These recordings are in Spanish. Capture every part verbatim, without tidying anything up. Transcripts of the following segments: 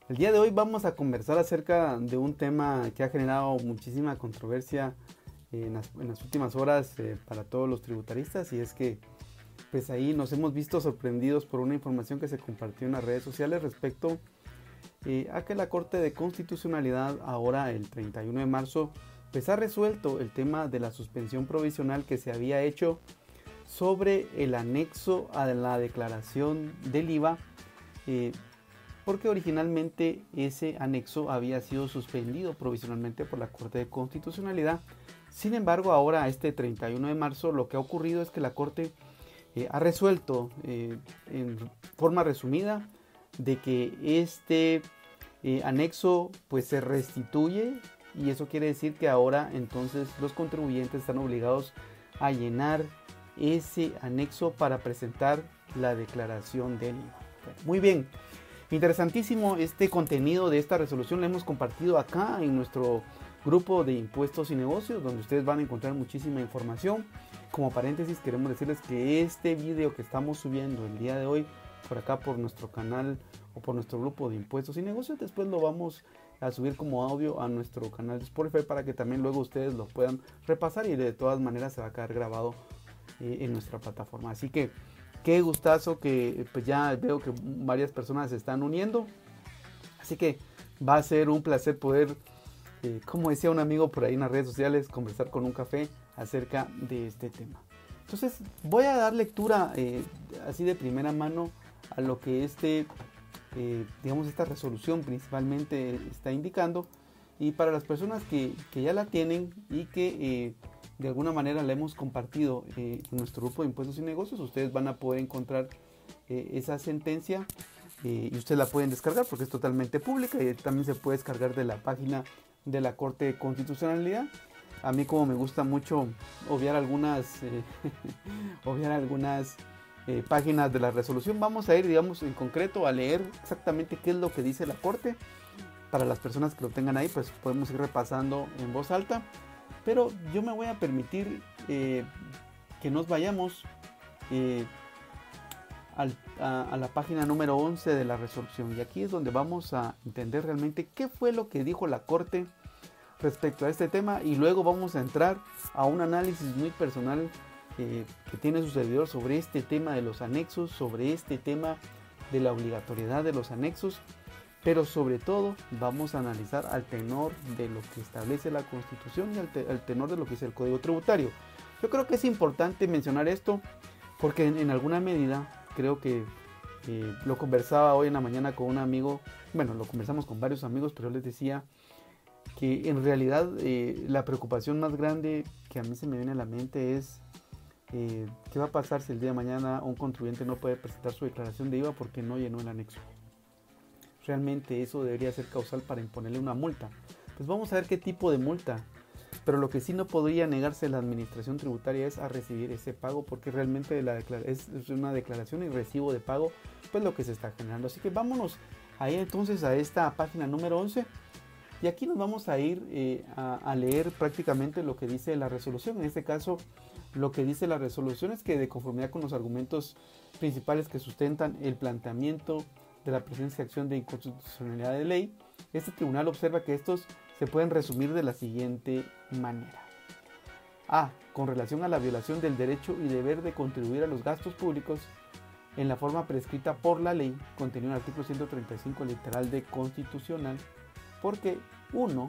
El día de hoy vamos a conversar acerca de un tema que ha generado muchísima controversia en las, en las últimas horas eh, para todos los tributaristas, y es que pues ahí nos hemos visto sorprendidos por una información que se compartió en las redes sociales respecto eh, a que la Corte de Constitucionalidad ahora el treinta y uno de marzo pues ha resuelto el tema de la suspensión provisional que se había hecho sobre el anexo a la declaración del I V A, eh, porque originalmente ese anexo había sido suspendido provisionalmente por la Corte de Constitucionalidad. Sin embargo, ahora este treinta y uno de marzo lo que ha ocurrido es que la Corte eh, ha resuelto eh, en forma resumida de que este eh, anexo pues se restituye, y eso quiere decir que ahora entonces los contribuyentes están obligados a llenar ese anexo para presentar la declaración del I V A. Muy bien. Interesantísimo este contenido de esta resolución, la hemos compartido acá en nuestro grupo de impuestos y negocios, donde ustedes van a encontrar muchísima información. Como paréntesis, queremos decirles que este video que estamos subiendo el día de hoy por acá por nuestro canal o por nuestro grupo de impuestos y negocios, después lo vamos a subir como audio a nuestro canal de Spotify para que también luego ustedes lo puedan repasar, y de todas maneras se va a quedar grabado eh, en nuestra plataforma. Así que qué gustazo que pues ya veo que varias personas se están uniendo. Así que va a ser un placer poder, eh, como decía un amigo por ahí en las redes sociales, conversar con un café acerca de este tema. Entonces voy a dar lectura eh, así de primera mano a lo que este, eh, digamos, esta resolución principalmente está indicando. Y para las personas que, que ya la tienen y que eh, de alguna manera la hemos compartido eh, en nuestro grupo de impuestos y negocios, ustedes van a poder encontrar eh, esa sentencia eh, y ustedes la pueden descargar porque es totalmente pública, y también se puede descargar de la página de la Corte de Constitucionalidad. A mí, como me gusta mucho obviar algunas eh, obviar algunas eh, páginas de la resolución, vamos a ir, digamos, en concreto a leer exactamente qué es lo que dice la Corte. Para las personas que lo tengan ahí, pues podemos ir repasando en voz alta. Pero yo me voy a permitir eh, que nos vayamos eh, al, a, a la página número once de la resolución. Y aquí es donde vamos a entender realmente qué fue lo que dijo la Corte respecto a este tema. Y luego vamos a entrar a un análisis muy personal eh, que tiene su servidor sobre este tema de los anexos, sobre este tema de la obligatoriedad de los anexos. Pero sobre todo vamos a analizar al tenor de lo que establece la Constitución y al, te, al tenor de lo que dice el Código Tributario. Yo creo que es importante mencionar esto porque en, en alguna medida creo que eh, lo conversaba hoy en la mañana con un amigo. Bueno, lo conversamos con varios amigos, pero yo les decía que en realidad eh, la preocupación más grande que a mí se me viene a la mente es eh, qué va a pasar si el día de mañana un contribuyente no puede presentar su declaración de I V A porque no llenó el anexo. Realmente eso debería ser causal para imponerle una multa. Pues vamos a ver qué tipo de multa. Pero lo que sí no podría negarse la administración tributaria es a recibir ese pago, porque realmente la es una declaración y recibo de pago pues lo que se está generando. Así que vámonos ahí entonces a esta página número once, y aquí nos vamos a ir eh, a, a leer prácticamente lo que dice la resolución. En este caso, lo que dice la resolución es que, de conformidad con los argumentos principales que sustentan el planteamiento de la presencia de acción de inconstitucionalidad de ley, este tribunal observa que estos se pueden resumir de la siguiente manera. A. Con relación a la violación del derecho y deber de contribuir a los gastos públicos en la forma prescrita por la ley, contenido en el artículo ciento treinta y cinco literal D constitucional, porque uno.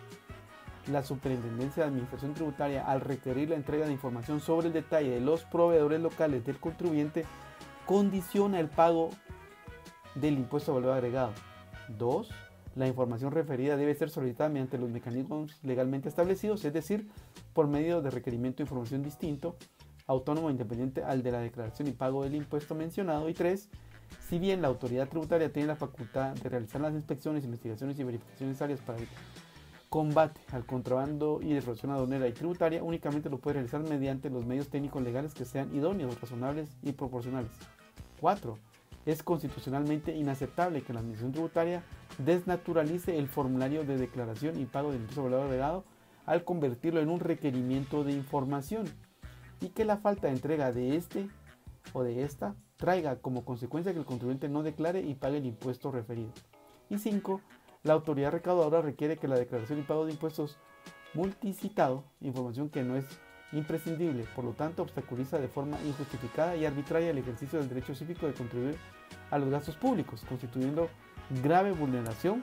La Superintendencia de Administración Tributaria, al requerir la entrega de información sobre el detalle de los proveedores locales del contribuyente, condiciona el pago del impuesto de valor agregado. dos. La información referida debe ser solicitada mediante los mecanismos legalmente establecidos, es decir, por medio de requerimiento de información distinto, autónomo e independiente al de la declaración y pago del impuesto mencionado. Y tres. Si bien la autoridad tributaria tiene la facultad de realizar las inspecciones, investigaciones y verificaciones necesarias para el combate al contrabando y defraudación aduanera y tributaria, únicamente lo puede realizar mediante los medios técnicos legales que sean idóneos, razonables y proporcionales. cuatro. Es constitucionalmente inaceptable que la Administración Tributaria desnaturalice el formulario de declaración y pago del impuesto de valor agregado al convertirlo en un requerimiento de información, y que la falta de entrega de este o de esta traiga como consecuencia que el contribuyente no declare y pague el impuesto referido. Y cinco. La autoridad recaudadora requiere que la declaración y pago de impuestos multicitado, información que no es imprescindible, por lo tanto obstaculiza de forma injustificada y arbitraria el ejercicio del derecho cívico de contribuir a los gastos públicos, constituyendo grave vulneración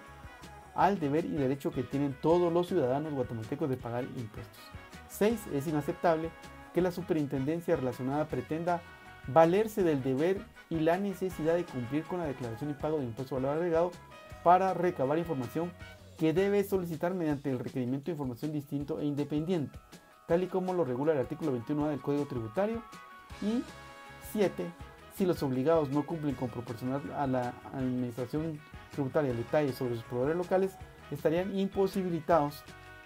al deber y derecho que tienen todos los ciudadanos guatemaltecos de pagar impuestos. seis. Es inaceptable que la superintendencia relacionada pretenda valerse del deber y la necesidad de cumplir con la declaración y pago de impuesto al valor agregado para recabar información que debe solicitar mediante el requerimiento de información distinto e independiente, tal y como lo regula el artículo veintiuno A del Código Tributario. Y siete. Si los obligados no cumplen con proporcionar a la administración tributaria detalles sobre sus proveedores locales, estarían imposibilitados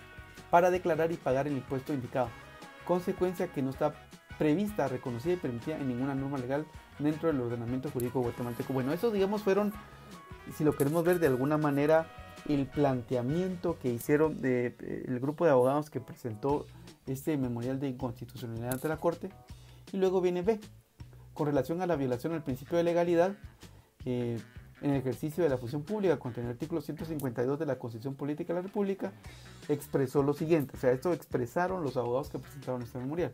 para declarar y pagar el impuesto indicado, consecuencia que no está prevista, reconocida y permitida en ninguna norma legal dentro del ordenamiento jurídico guatemalteco. Bueno, esos digamos fueron, si lo queremos ver de alguna manera, el planteamiento que hicieron de, eh, el grupo de abogados que presentó este memorial de inconstitucionalidad ante la Corte. Y luego viene B, con relación a la violación al principio de legalidad eh, en el ejercicio de la función pública, contra el artículo ciento cincuenta y dos de la Constitución Política de la República, expresó lo siguiente, o sea, esto expresaron los abogados que presentaron este memorial.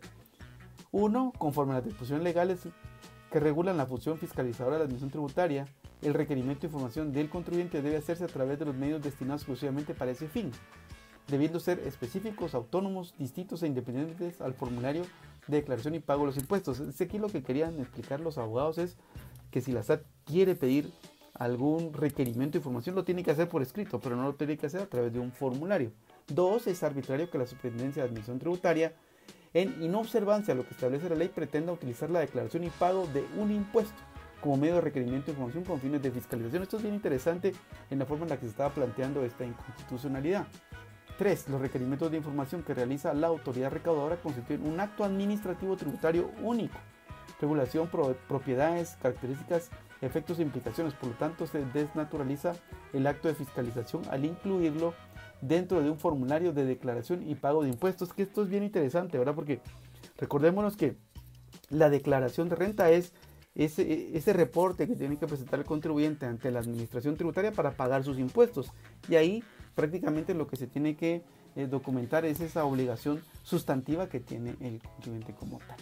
Uno, conforme a las disposiciones legales que regulan la función fiscalizadora de la administración tributaria, el requerimiento de información del contribuyente debe hacerse a través de los medios destinados exclusivamente para ese fin, debiendo ser específicos, autónomos, distintos e independientes al formulario de declaración y pago de los impuestos. Es aquí lo que querían explicar los abogados es que si la S A T quiere pedir algún requerimiento de información, lo tiene que hacer por escrito, pero no lo tiene que hacer a través de un formulario. Dos, es arbitrario que la Superintendencia de Administración Tributaria, en inobservancia a lo que establece la ley, pretenda utilizar la declaración y pago de un impuesto como medio de requerimiento de información con fines de fiscalización. Esto es bien interesante en la forma en la que se estaba planteando esta inconstitucionalidad. tres. Los requerimientos de información que realiza la autoridad recaudadora constituyen un acto administrativo tributario único. Regulación, pro, propiedades, características, efectos e implicaciones. Por lo tanto, se desnaturaliza el acto de fiscalización al incluirlo dentro de un formulario de declaración y pago de impuestos. Que esto es bien interesante, ¿verdad? Porque recordémonos que la declaración de renta es ese, ese reporte que tiene que presentar el contribuyente ante la administración tributaria para pagar sus impuestos. Y ahí prácticamente lo que se tiene que eh, documentar es esa obligación sustantiva que tiene el contribuyente como tal.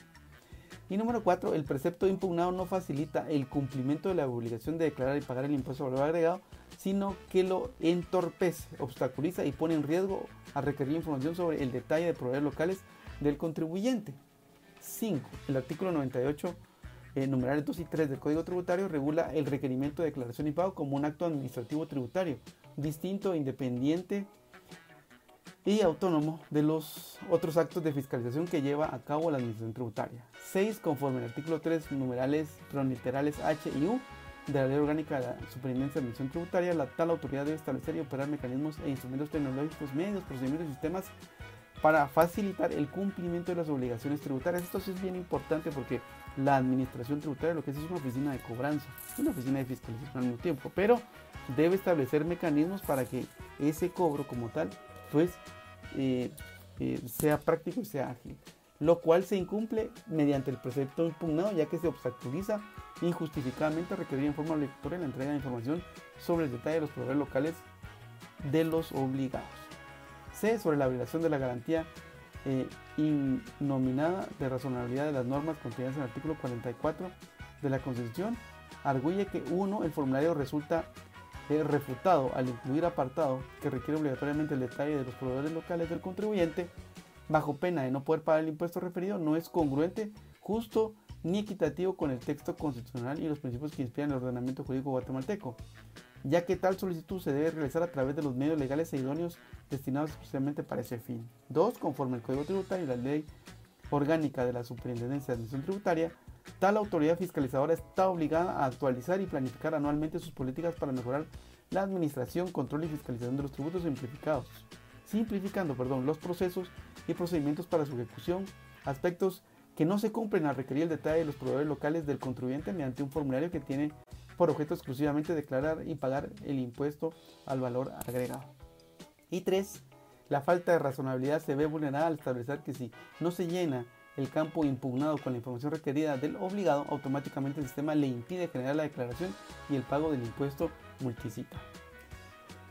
Y número cuatro, el precepto impugnado no facilita el cumplimiento de la obligación de declarar y pagar el impuesto al valor agregado, sino que lo entorpece, obstaculiza y pone en riesgo a requerir información sobre el detalle de proveedores locales del contribuyente. cinco. El artículo noventa y ocho, eh, numerales dos y tres del Código Tributario regula el requerimiento de declaración y pago como un acto administrativo tributario, distinto, independiente y autónomo de los otros actos de fiscalización que lleva a cabo la administración tributaria. seis. Conforme al artículo tres, numerales transliterales H y U de la Ley Orgánica de la Superintendencia de Administración Tributaria, la tal autoridad debe establecer y operar mecanismos e instrumentos tecnológicos, medios, procedimientos y sistemas para facilitar el cumplimiento de las obligaciones tributarias. Esto sí es bien importante porque la administración tributaria lo que es es una oficina de cobranza, una oficina de fiscalización al mismo tiempo, pero debe establecer mecanismos para que ese cobro como tal pues eh, eh, sea práctico y sea ágil, lo cual se incumple mediante el precepto impugnado, ya que se obstaculiza injustificadamente requerir en forma obligatoria la entrega de información sobre el detalle de los proveedores locales de los obligados. C. Sobre la violación de la garantía eh, innominada de razonabilidad de las normas contenidas en el artículo cuarenta y cuatro de la Constitución, arguye que uno, el formulario resulta eh, refutado al incluir apartado que requiere obligatoriamente el detalle de los proveedores locales del contribuyente, bajo pena de no poder pagar el impuesto referido, no es congruente, justo ni equitativo con el texto constitucional y los principios que inspiran el ordenamiento jurídico guatemalteco, ya que tal solicitud se debe realizar a través de los medios legales e idóneos destinados exclusivamente para ese fin. dos. Conforme al Código Tributario y la Ley Orgánica de la Superintendencia de Administración Tributaria, tal autoridad fiscalizadora está obligada a actualizar y planificar anualmente sus políticas para mejorar la administración, control y fiscalización de los tributos simplificados, simplificando perdón, los procesos y procedimientos para su ejecución, aspectos que no se cumplen al requerir el detalle de los proveedores locales del contribuyente mediante un formulario que tiene por objeto exclusivamente declarar y pagar el impuesto al valor agregado. Y tres. La falta de razonabilidad se ve vulnerada al establecer que si no se llena el campo impugnado con la información requerida del obligado, automáticamente el sistema le impide generar la declaración y el pago del impuesto multicita.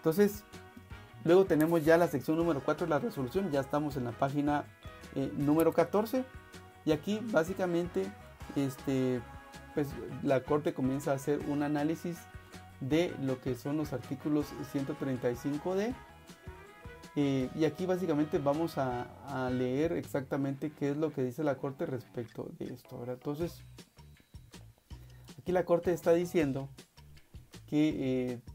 Entonces, luego tenemos ya la sección número cuatro de la resolución, ya estamos en la página eh, número catorce, y aquí básicamente este, pues, la Corte comienza a hacer un análisis de lo que son los artículos ciento treinta y cinco D, eh, y aquí básicamente vamos a, a leer exactamente qué es lo que dice la Corte respecto de esto, ¿verdad? Entonces, aquí la Corte está diciendo que eh,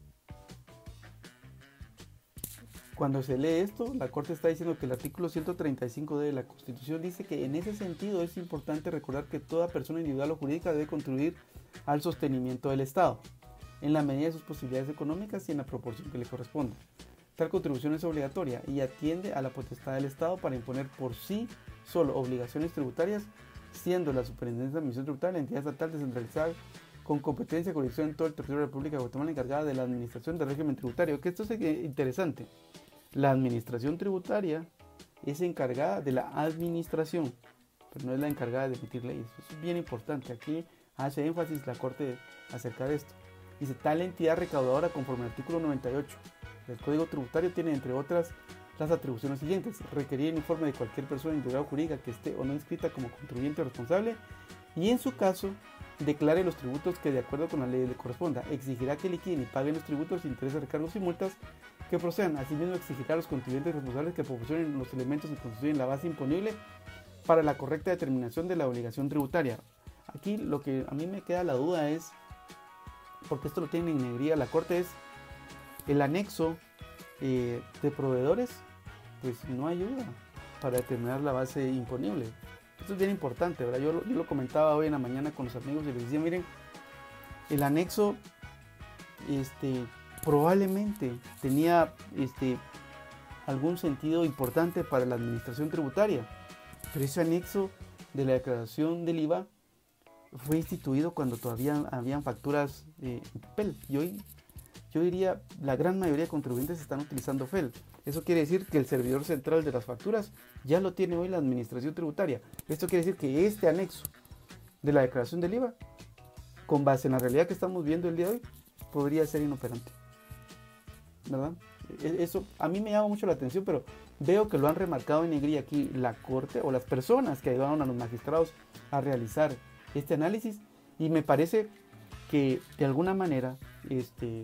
cuando se lee esto, la Corte está diciendo que el artículo ciento treinta y cinco D de la Constitución dice que en ese sentido es importante recordar que toda persona individual o jurídica debe contribuir al sostenimiento del Estado, en la medida de sus posibilidades económicas y en la proporción que le corresponde. Tal contribución es obligatoria y atiende a la potestad del Estado para imponer por sí solo obligaciones tributarias, siendo la Superintendencia de Administración Tributaria la entidad estatal descentralizada con competencia y jurisdicción en todo el territorio de la República de Guatemala encargada de la administración del régimen tributario. Que esto es interesante. La administración tributaria es encargada de la administración, pero no es la encargada de emitir leyes. Eso es bien importante. Aquí hace énfasis la Corte acerca de esto. Dice, tal entidad recaudadora conforme al artículo noventa y ocho del Código Tributario tiene, entre otras, las atribuciones siguientes: requerir el informe de cualquier persona individual o jurídica que esté o no inscrita como contribuyente o responsable, y en su caso declare los tributos que de acuerdo con la ley le corresponda. Exigirá que liquiden y paguen los tributos, intereses, recargos y multas que procedan. Asimismo, exigirá a los contribuyentes responsables que proporcionen los elementos que constituyen la base imponible para la correcta determinación de la obligación tributaria. Aquí lo que a mí me queda la duda es, porque esto lo tiene en negría la Corte, es el anexo eh, de proveedores, pues no ayuda para determinar la base imponible. Esto es bien importante, ¿verdad? Yo lo, yo lo comentaba hoy en la mañana con los amigos y les decía, miren, el anexo este, probablemente tenía este, algún sentido importante para la administración tributaria, pero ese anexo de la declaración del I V A fue instituido cuando todavía habían facturas eh, en papel, y hoy yo diría la gran mayoría de contribuyentes están utilizando F E L. Eso quiere decir que el servidor central de las facturas ya lo tiene hoy la administración tributaria. Esto quiere decir que este anexo de la declaración del I V A, con base en la realidad que estamos viendo el día de hoy, podría ser inoperante, ¿verdad? Eso a mí me llama mucho la atención, pero veo que lo han remarcado en negrilla aquí la Corte o las personas que ayudaron a los magistrados a realizar este análisis, y me parece que de alguna manera este,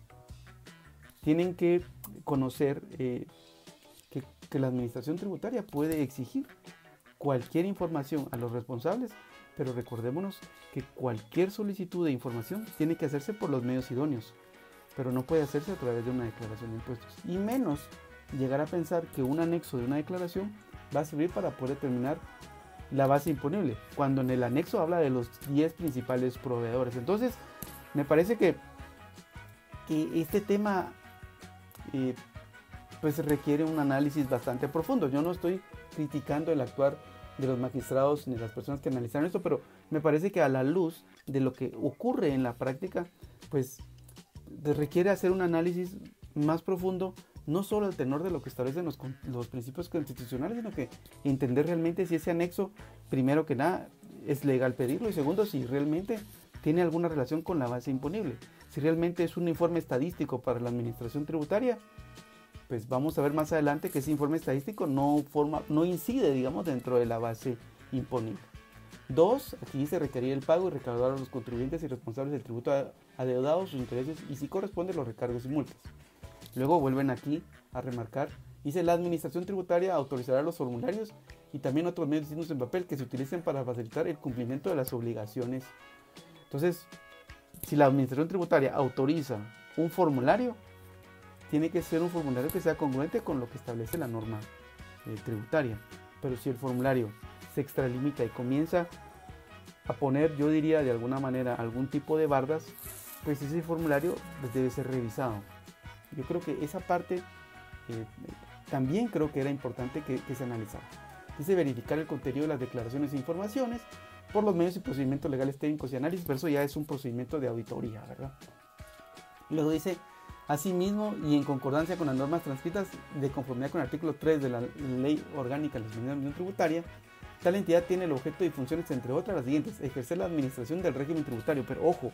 tienen que conocer eh, que, que la administración tributaria puede exigir cualquier información a los responsables, pero recordémonos que cualquier solicitud de información tiene que hacerse por los medios idóneos, pero no puede hacerse a través de una declaración de impuestos, y menos llegar a pensar que un anexo de una declaración va a servir para poder determinar la base imponible, cuando en el anexo habla de los diez principales proveedores. Entonces, me parece que, que este tema eh, pues requiere un análisis bastante profundo. Yo no estoy criticando el actuar de los magistrados ni de las personas que analizaron esto, pero me parece que a la luz de lo que ocurre en la práctica, pues requiere hacer un análisis más profundo, no solo al tenor de lo que establecen los, los principios constitucionales, sino que entender realmente si ese anexo, primero que nada, es legal pedirlo, y segundo, si realmente tiene alguna relación con la base imponible. Si realmente es un informe estadístico para la administración tributaria, pues vamos a ver más adelante que ese informe estadístico no, forma, no incide, digamos, dentro de la base imponible. Dos, aquí se requería el pago y recaudar a los contribuyentes y responsables del tributo adeudados sus intereses, y si corresponde los recargos y multas. Luego vuelven aquí a remarcar, dice: la administración tributaria autorizará los formularios y también otros medios distintos en papel que se utilicen para facilitar el cumplimiento de las obligaciones. Entonces, si la administración tributaria autoriza un formulario, tiene que ser un formulario que sea congruente con lo que establece la norma eh, tributaria. Pero si el formulario se extralimita y comienza a poner, yo diría de alguna manera, algún tipo de bardas, pues ese formulario pues, debe ser revisado. Yo creo que esa parte eh, también creo que era importante que, que se analizara. Dice: verificar el contenido de las declaraciones e informaciones por los medios y procedimientos legales, técnicos y análisis, pero eso ya es un procedimiento de auditoría, ¿verdad? Luego dice: asimismo, y en concordancia con las normas transcritas de conformidad con el artículo tres de la Ley Orgánica de la Administración Tributaria, tal entidad tiene el objeto y funciones, entre otras, las siguientes: ejercer la administración del régimen tributario. Pero ojo,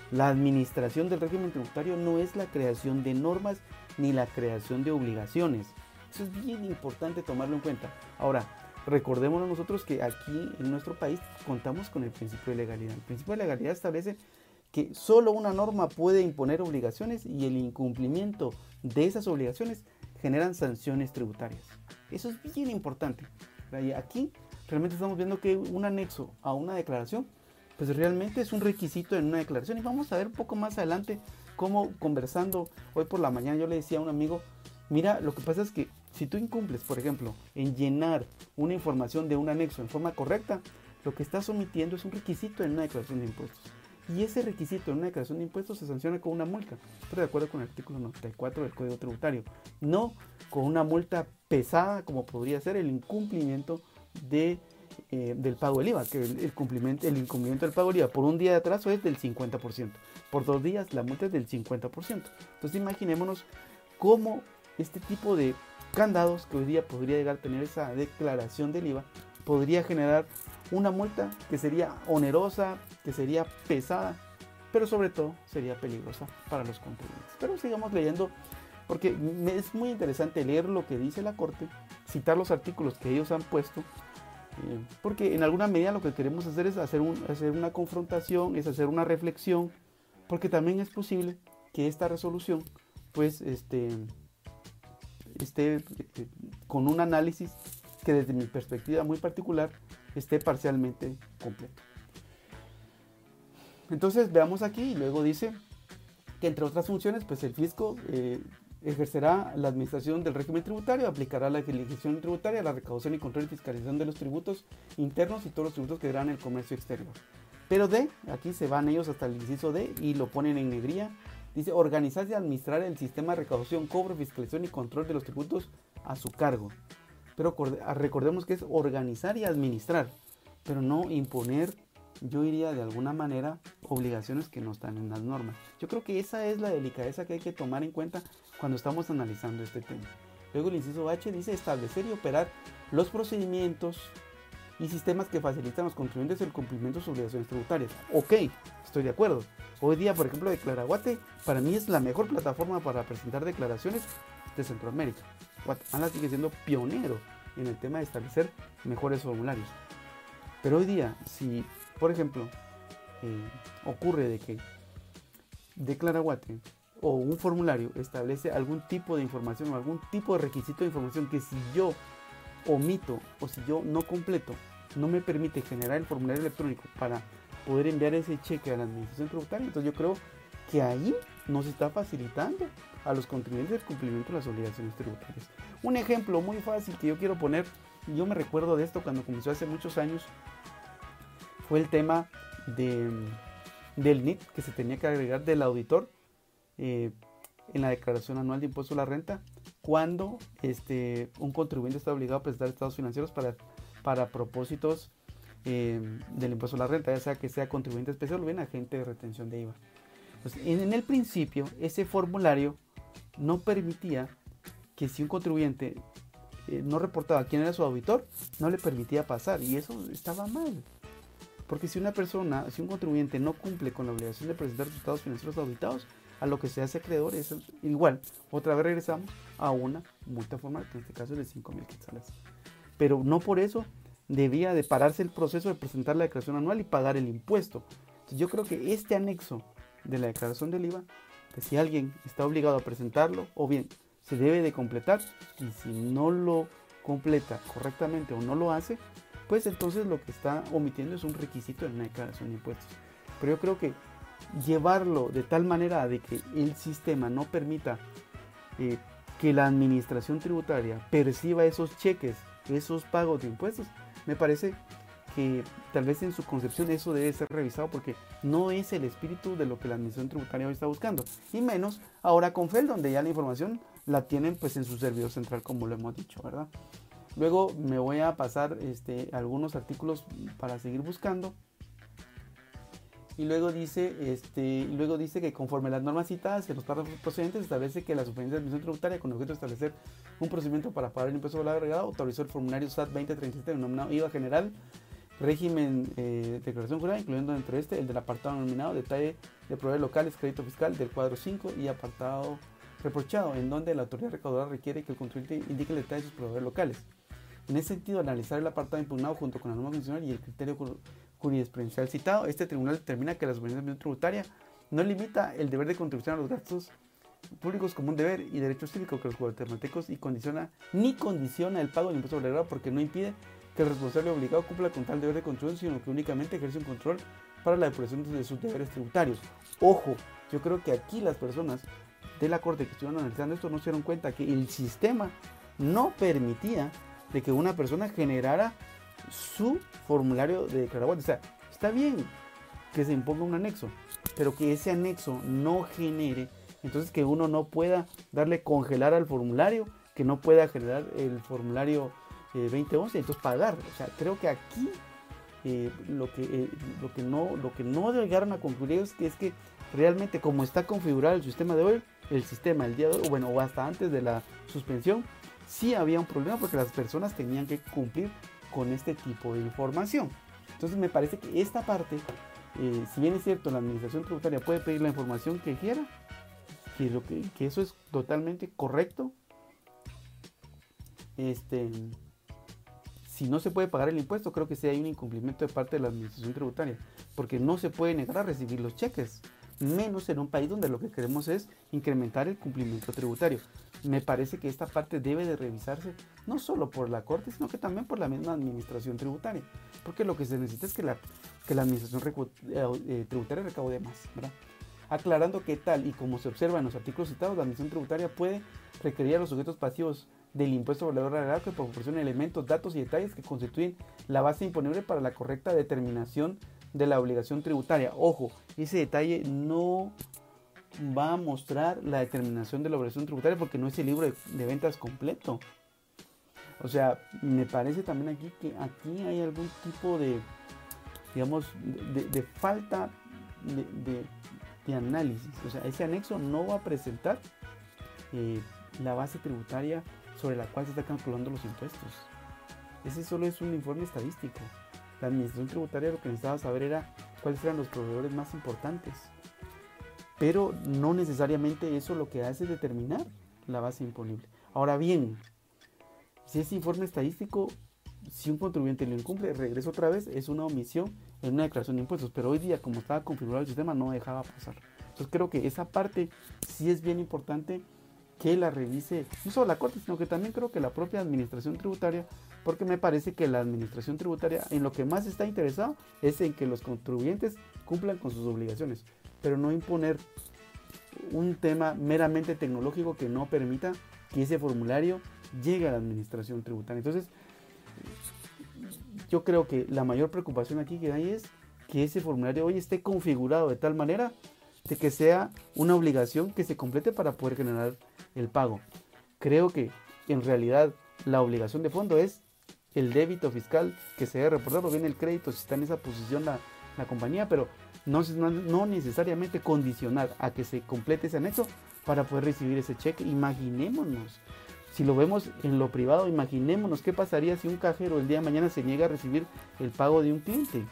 La administración del régimen tributario no es la creación de normas ni la creación de obligaciones. Eso es bien importante tomarlo en cuenta. Ahora, recordémonos nosotros que aquí en nuestro país contamos con el principio de legalidad. El principio de legalidad establece que solo una norma puede imponer obligaciones y el incumplimiento de esas obligaciones generan sanciones tributarias. Eso es bien importante. Aquí realmente estamos viendo que un anexo a una declaración pues realmente es un requisito en una declaración, y vamos a ver un poco más adelante cómo, conversando hoy por la mañana, yo le decía a un amigo, mira, lo que pasa es que si tú incumples, por ejemplo, en llenar una información de un anexo en forma correcta, lo que estás omitiendo es un requisito en una declaración de impuestos. Y ese requisito en una declaración de impuestos se sanciona con una multa, pero de acuerdo con el artículo noventa y cuatro del Código Tributario, no con una multa pesada como podría ser el incumplimiento de, eh, del pago del I V A, que el, el, cumplimiento, el incumplimiento del pago del I V A por un día de atraso es del cincuenta por ciento, por dos días la multa es del cincuenta por ciento. Entonces imaginémonos cómo este tipo de candados que hoy día podría llegar a tener esa declaración del I V A podría generar una multa que sería onerosa, que sería pesada, pero sobre todo sería peligrosa para los contribuyentes. Pero sigamos leyendo, porque es muy interesante leer lo que dice la Corte, citar los artículos que ellos han puesto, eh, porque en alguna medida lo que queremos hacer es hacer, un, hacer una confrontación, es hacer una reflexión, porque también es posible que esta resolución pues este, esté eh, con un análisis que desde mi perspectiva muy particular esté parcialmente completo. Entonces veamos aquí, y luego dice que entre otras funciones, pues el fisco eh, ejercerá la administración del régimen tributario, aplicará la legislación tributaria, la recaudación y control y fiscalización de los tributos internos y todos los tributos que darán el comercio exterior. Pero D, aquí se van ellos hasta el inciso D y lo ponen en negría, dice organizar y administrar el sistema de recaudación, cobro, fiscalización y control de los tributos a su cargo. Pero recordemos que es organizar y administrar, pero no imponer, yo diría de alguna manera, obligaciones que no están en las normas. Yo creo que esa es la delicadeza que hay que tomar en cuenta cuando estamos analizando este tema. Luego el inciso H dice establecer y operar los procedimientos y sistemas que facilitan a los contribuyentes el cumplimiento de sus obligaciones tributarias. Ok, estoy de acuerdo. Hoy día, por ejemplo, Declaraguate para mí es la mejor plataforma para presentar declaraciones de Centroamérica. Guatemala sigue siendo pionero en el tema de establecer mejores formularios. Pero hoy día, si por ejemplo eh, ocurre de que Declaraguate o un formulario establece algún tipo de información o algún tipo de requisito de información que si yo omito o si yo no completo, no me permite generar el formulario electrónico para poder enviar ese cheque a la administración tributaria, entonces yo creo que ahí nos está facilitando a los contribuyentes el cumplimiento de las obligaciones tributarias. Un ejemplo muy fácil que yo quiero poner, y yo me recuerdo de esto cuando comenzó hace muchos años, fue el tema de, del N I T que se tenía que agregar del auditor eh, en la declaración anual de impuesto a la renta cuando este, un contribuyente está obligado a presentar estados financieros para, para propósitos eh, del impuesto a la renta, ya sea que sea contribuyente especial o bien agente de retención de I V A. Pues en, en el principio ese formulario no permitía que si un contribuyente eh, no reportaba quién era su auditor, no le permitía pasar, y eso estaba mal. Porque si una persona, si un contribuyente no cumple con la obligación de presentar sus estados financieros auditados, a lo que se hace acreedor es igual. Otra vez regresamos a una multa formal, que en este caso es de cinco mil quetzales. Pero no por eso debía de pararse el proceso de presentar la declaración anual y pagar el impuesto. Entonces yo creo que este anexo de la declaración del I V A, que si alguien está obligado a presentarlo, o bien se debe de completar, y si no lo completa correctamente o no lo hace, pues entonces lo que está omitiendo es un requisito en una declaración de impuestos. Pero yo creo que llevarlo de tal manera de que el sistema no permita eh, que la administración tributaria perciba esos cheques, esos pagos de impuestos, me parece que tal vez en su concepción eso debe ser revisado, porque no es el espíritu de lo que la administración tributaria hoy está buscando, y menos ahora con F E L, donde ya la información la tienen pues en su servidor central, como lo hemos dicho, ¿verdad? Luego me voy a pasar este, algunos artículos para seguir buscando. Y luego dice, este, luego dice que conforme las normas citadas en los párrafos procedentes, establece que la Superintendencia de Administración Tributaria, con el objeto de establecer un procedimiento para pagar el impuesto de valor agregado, autorizó el formulario S A T veinte treinta y siete denominado I V A general régimen eh, de declaración jurada, incluyendo entre este el del apartado denominado detalle de proveedores locales, crédito fiscal del cuadro cinco y apartado reprochado, en donde la autoridad recaudadora requiere que el contribuyente indique el detalle de sus proveedores locales. En ese sentido, analizar el apartado impugnado junto con la norma constitucional y el criterio jurisprudencial citado, este tribunal determina que la supervisión tributaria no limita el deber de contribución a los gastos públicos como un deber y derecho cívico que los guatemaltecos y condiciona ni condiciona el pago del impuesto sobre el agravio, porque no impide que el responsable obligado cumpla con tal deber de contribución, sino que únicamente ejerce un control para la depuración de sus deberes tributarios. Ojo, yo creo que aquí las personas de la Corte que estuvieron analizando esto no se dieron cuenta que el sistema no permitía de que una persona generara su formulario de declaración. O sea, está bien que se imponga un anexo, pero que ese anexo no genere, entonces que uno no pueda darle congelar al formulario, que no pueda generar el formulario eh, veinte once, entonces pagar. O sea, creo que aquí eh, lo, que, eh, lo, que no, lo que no llegaron a concluir es que, es que realmente como está configurado el sistema de hoy, el sistema el día de hoy, bueno, o hasta antes de la suspensión, sí había un problema porque las personas tenían que cumplir con este tipo de información. Entonces me parece que esta parte, eh, si bien es cierto, la administración tributaria puede pedir la información que quiera, que, lo que, que eso es totalmente correcto. Este, si no se puede pagar el impuesto, creo que sí hay un incumplimiento de parte de la administración tributaria, porque no se puede negar a recibir los cheques, menos en un país donde lo que queremos es incrementar el cumplimiento tributario. Me parece que esta parte debe de revisarse no solo por la Corte, sino que también por la misma administración tributaria, porque lo que se necesita es que la, que la administración recu, eh, tributaria recaude más, ¿verdad? Aclarando que tal y como se observa en los artículos citados, la administración tributaria puede requerir a los sujetos pasivos del impuesto sobre el valor agregado que proporcionen elementos, datos y detalles que constituyen la base imponible para la correcta determinación de la obligación tributaria. Ojo, ese detalle no va a mostrar la determinación de la obligación tributaria porque no es el libro de, de ventas completo. O sea, me parece también aquí que aquí hay algún tipo de, digamos, de, de, de falta de, de, de análisis. O sea, ese anexo no va a presentar eh, la base tributaria sobre la cual se están calculando los impuestos. Ese solo es un informe estadístico. La administración tributaria lo que necesitaba saber era cuáles eran los proveedores más importantes. Pero no necesariamente eso lo que hace es determinar la base imponible. Ahora bien, si ese informe estadístico, si un contribuyente lo incumple, regresa otra vez, es una omisión en una declaración de impuestos. Pero hoy día, como estaba configurado el sistema, no dejaba pasar. Entonces creo que esa parte sí es bien importante que la revise, no solo la Corte, sino que también creo que la propia administración tributaria, porque me parece que la administración tributaria en lo que más está interesado es en que los contribuyentes cumplan con sus obligaciones, pero no imponer un tema meramente tecnológico que no permita que ese formulario llegue a la administración tributaria. Entonces, yo creo que la mayor preocupación aquí que hay es que ese formulario hoy esté configurado de tal manera de que sea una obligación que se complete para poder generar el pago. Creo que en realidad la obligación de fondo es el débito fiscal que se debe reportar, o bien el crédito si está en esa posición la, la compañía, pero no, no, no necesariamente condicionar a que se complete ese anexo para poder recibir ese cheque. Imaginémonos, si lo vemos en lo privado, imaginémonos qué pasaría si un cajero el día de mañana se niega a recibir el pago de un cliente.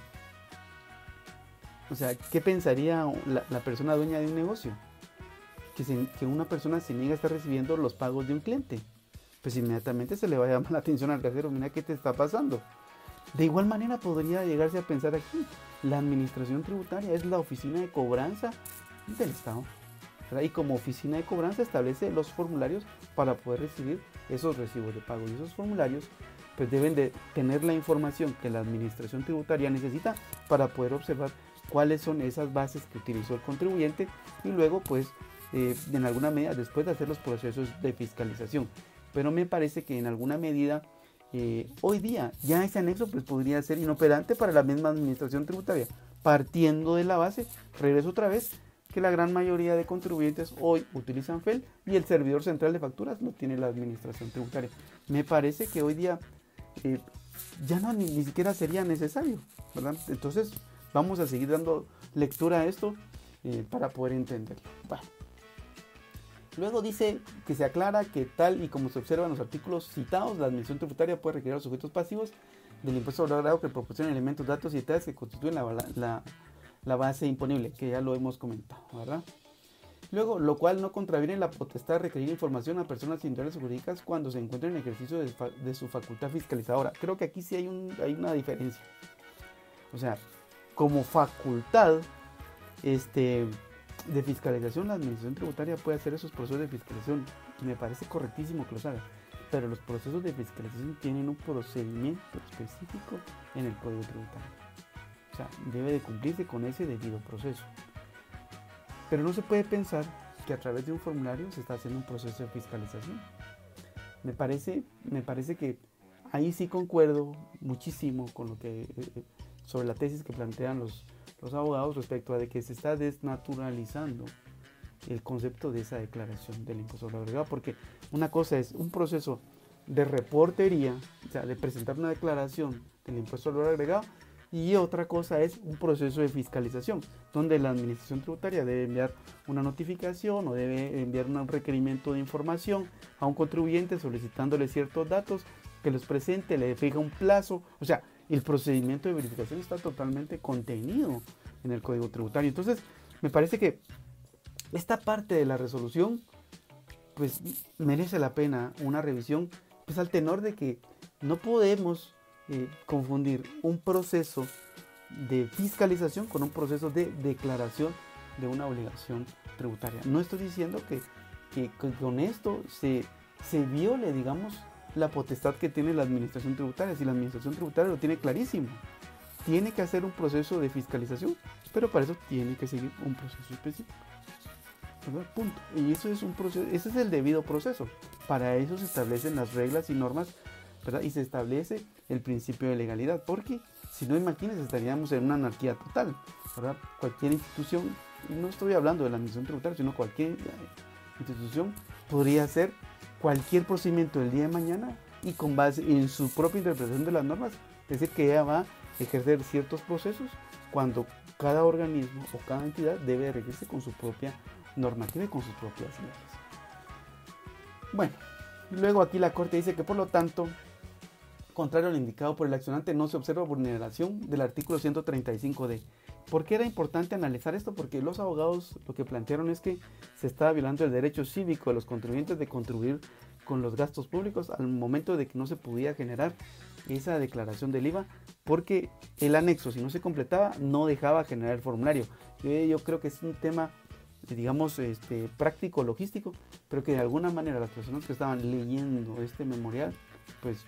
O sea, ¿qué pensaría la, la persona dueña de un negocio? Que, se, que una persona se niega a estar recibiendo los pagos de un cliente. Pues inmediatamente se le va a llamar la atención al cajero, mira qué te está pasando. De igual manera podría llegarse a pensar aquí, la administración tributaria es la oficina de cobranza del Estado, ¿verdad? Y como oficina de cobranza establece los formularios para poder recibir esos recibos de pago. Y esos formularios pues deben de tener la información que la administración tributaria necesita para poder observar cuáles son esas bases que utilizó el contribuyente y luego pues eh, en alguna medida después de hacer los procesos de fiscalización. Pero me parece que en alguna medida eh, hoy día ya ese anexo pues podría ser inoperante para la misma administración tributaria, partiendo de la base, regreso otra vez, que la gran mayoría de contribuyentes hoy utilizan F E L y el servidor central de facturas lo tiene la administración tributaria. Me parece que hoy día eh, ya no ni, ni siquiera sería necesario, ¿verdad? Entonces vamos a seguir dando lectura a esto eh, para poder entenderlo. Bueno. Luego dice que se aclara que tal y como se observa en los artículos citados, la administración tributaria puede requerir a los sujetos pasivos del impuesto sobre el valor agregado que proporciona elementos, datos y detalles que constituyen la, la, la base imponible, que ya lo hemos comentado, ¿verdad? Luego, lo cual no contraviene la potestad de requerir información a personas individuales o jurídicas cuando se encuentren en ejercicio de, de su facultad fiscalizadora. Creo que aquí sí hay, un, hay una diferencia. O sea, como facultad este, de fiscalización, la administración tributaria puede hacer esos procesos de fiscalización. Y me parece correctísimo que los haga. Pero los procesos de fiscalización tienen un procedimiento específico en el Código Tributario. O sea, debe de cumplirse con ese debido proceso. Pero no se puede pensar que a través de un formulario se está haciendo un proceso de fiscalización. Me parece, me parece que ahí sí concuerdo muchísimo con lo que, eh, sobre la tesis que plantean los, los abogados respecto a de que se está desnaturalizando el concepto de esa declaración del impuesto sobre el valor agregado, porque una cosa es un proceso de reportería, o sea, de presentar una declaración del impuesto sobre el valor agregado, y otra cosa es un proceso de fiscalización, donde la administración tributaria debe enviar una notificación o debe enviar un requerimiento de información a un contribuyente solicitándole ciertos datos, que los presente, le fija un plazo. O sea, el procedimiento de verificación está totalmente contenido en el Código Tributario. Entonces, me parece que esta parte de la resolución pues merece la pena una revisión, pues al tenor de que no podemos Eh, confundir un proceso de fiscalización con un proceso de declaración de una obligación tributaria. No estoy diciendo que, que, que con esto se, se viole, digamos, la potestad que tiene la administración tributaria. Si la administración tributaria lo tiene clarísimo, tiene que hacer un proceso de fiscalización, pero para eso tiene que seguir un proceso específico. ¿Verdad? Punto. Y eso es un proceso, ese es el debido proceso. Para eso se establecen las reglas y normas, ¿verdad? Y se establece el principio de legalidad, porque si no, imagínense, estaríamos en una anarquía total, ¿verdad? Cualquier institución, y no estoy hablando de la administración tributaria, sino cualquier institución podría hacer cualquier procedimiento del día de mañana y con base en su propia interpretación de las normas, decir que ella va a ejercer ciertos procesos cuando cada organismo o cada entidad debe regirse con su propia normativa y con sus propias leyes. Bueno, luego aquí la Corte dice que por lo tanto, contrario a lo indicado por el accionante, no se observa vulneración del artículo ciento treinta y cinco D. ¿Por qué era importante analizar esto? Porque los abogados lo que plantearon es que se estaba violando el derecho cívico de los contribuyentes de contribuir con los gastos públicos al momento de que no se podía generar esa declaración del I V A, porque el anexo, si no se completaba, no dejaba generar el formulario. Yo, yo creo que es un tema, digamos, este, práctico, logístico, pero que de alguna manera las personas que estaban leyendo este memorial, pues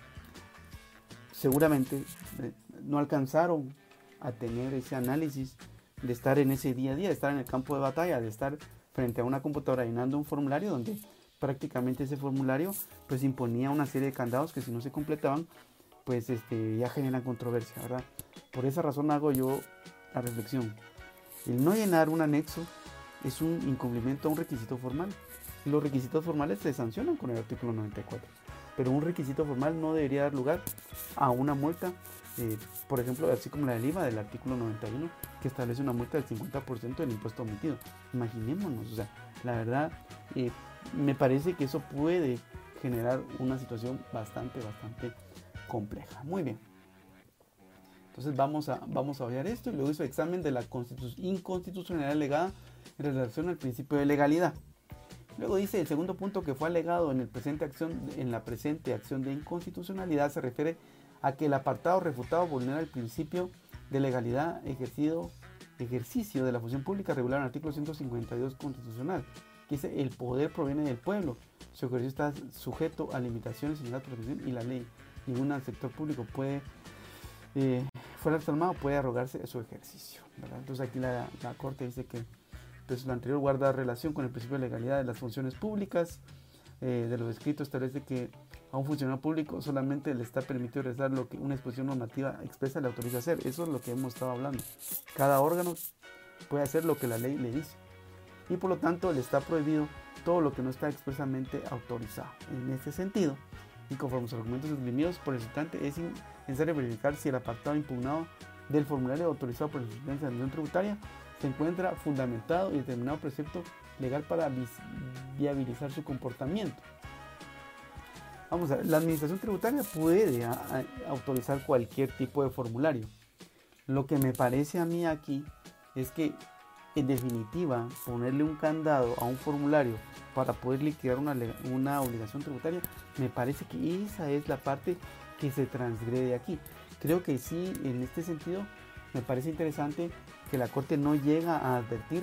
seguramente eh, no alcanzaron a tener ese análisis de estar en ese día a día, de estar en el campo de batalla, de estar frente a una computadora llenando un formulario donde prácticamente ese formulario pues imponía una serie de candados que si no se completaban pues este, ya generan controversia, ¿verdad? Por esa razón hago yo la reflexión. El no llenar un anexo es un incumplimiento a un requisito formal. Y los requisitos formales se sancionan con el artículo noventa y cuatro. Pero un requisito formal no debería dar lugar a una multa, eh, por ejemplo, así como la del I V A del artículo noventa y uno, que establece una multa del cincuenta por ciento del impuesto omitido. Imaginémonos, o sea, la verdad, eh, me parece que eso puede generar una situación bastante, bastante compleja. Muy bien. Entonces vamos a, vamos a ver esto y luego hizo examen de la inconstitucionalidad alegada en relación al principio de legalidad. Luego dice el segundo punto que fue alegado en, el presente acción, en la presente acción de inconstitucionalidad se refiere a que el apartado refutado vulnera el principio de legalidad ejercido, ejercicio de la función pública regular en el artículo ciento cincuenta y dos constitucional, que dice el poder proviene del pueblo, su ejercicio está sujeto a limitaciones en la protección y la ley. Ningún sector público puede, eh, fuera del armado, puede arrogarse su ejercicio, ¿verdad? Entonces aquí la, la Corte dice que entonces, lo anterior guarda relación con el principio de legalidad de las funciones públicas. Eh, de los escritos establece que a un funcionario público solamente le está permitido realizar lo que una exposición normativa expresa le autoriza hacer. Eso es lo que hemos estado hablando. Cada órgano puede hacer lo que la ley le dice. Y por lo tanto le está prohibido todo lo que no está expresamente autorizado. En este sentido, y conforme a los argumentos esgrimidos por el citante, es necesario verificar si el apartado impugnado del formulario autorizado por la Superintendencia de Administración Tributaria se encuentra fundamentado y determinado precepto legal para viabilizar su comportamiento. vamos a ver, la administración tributaria puede a, a, autorizar cualquier tipo de formulario. Lo que me parece a mí aquí es que, en definitiva, ponerle un candado a un formulario para poder liquidar una, una obligación tributaria, me parece que esa es la parte que se transgrede aquí. Creo que sí, en este sentido, me parece interesante que la Corte no llega a advertir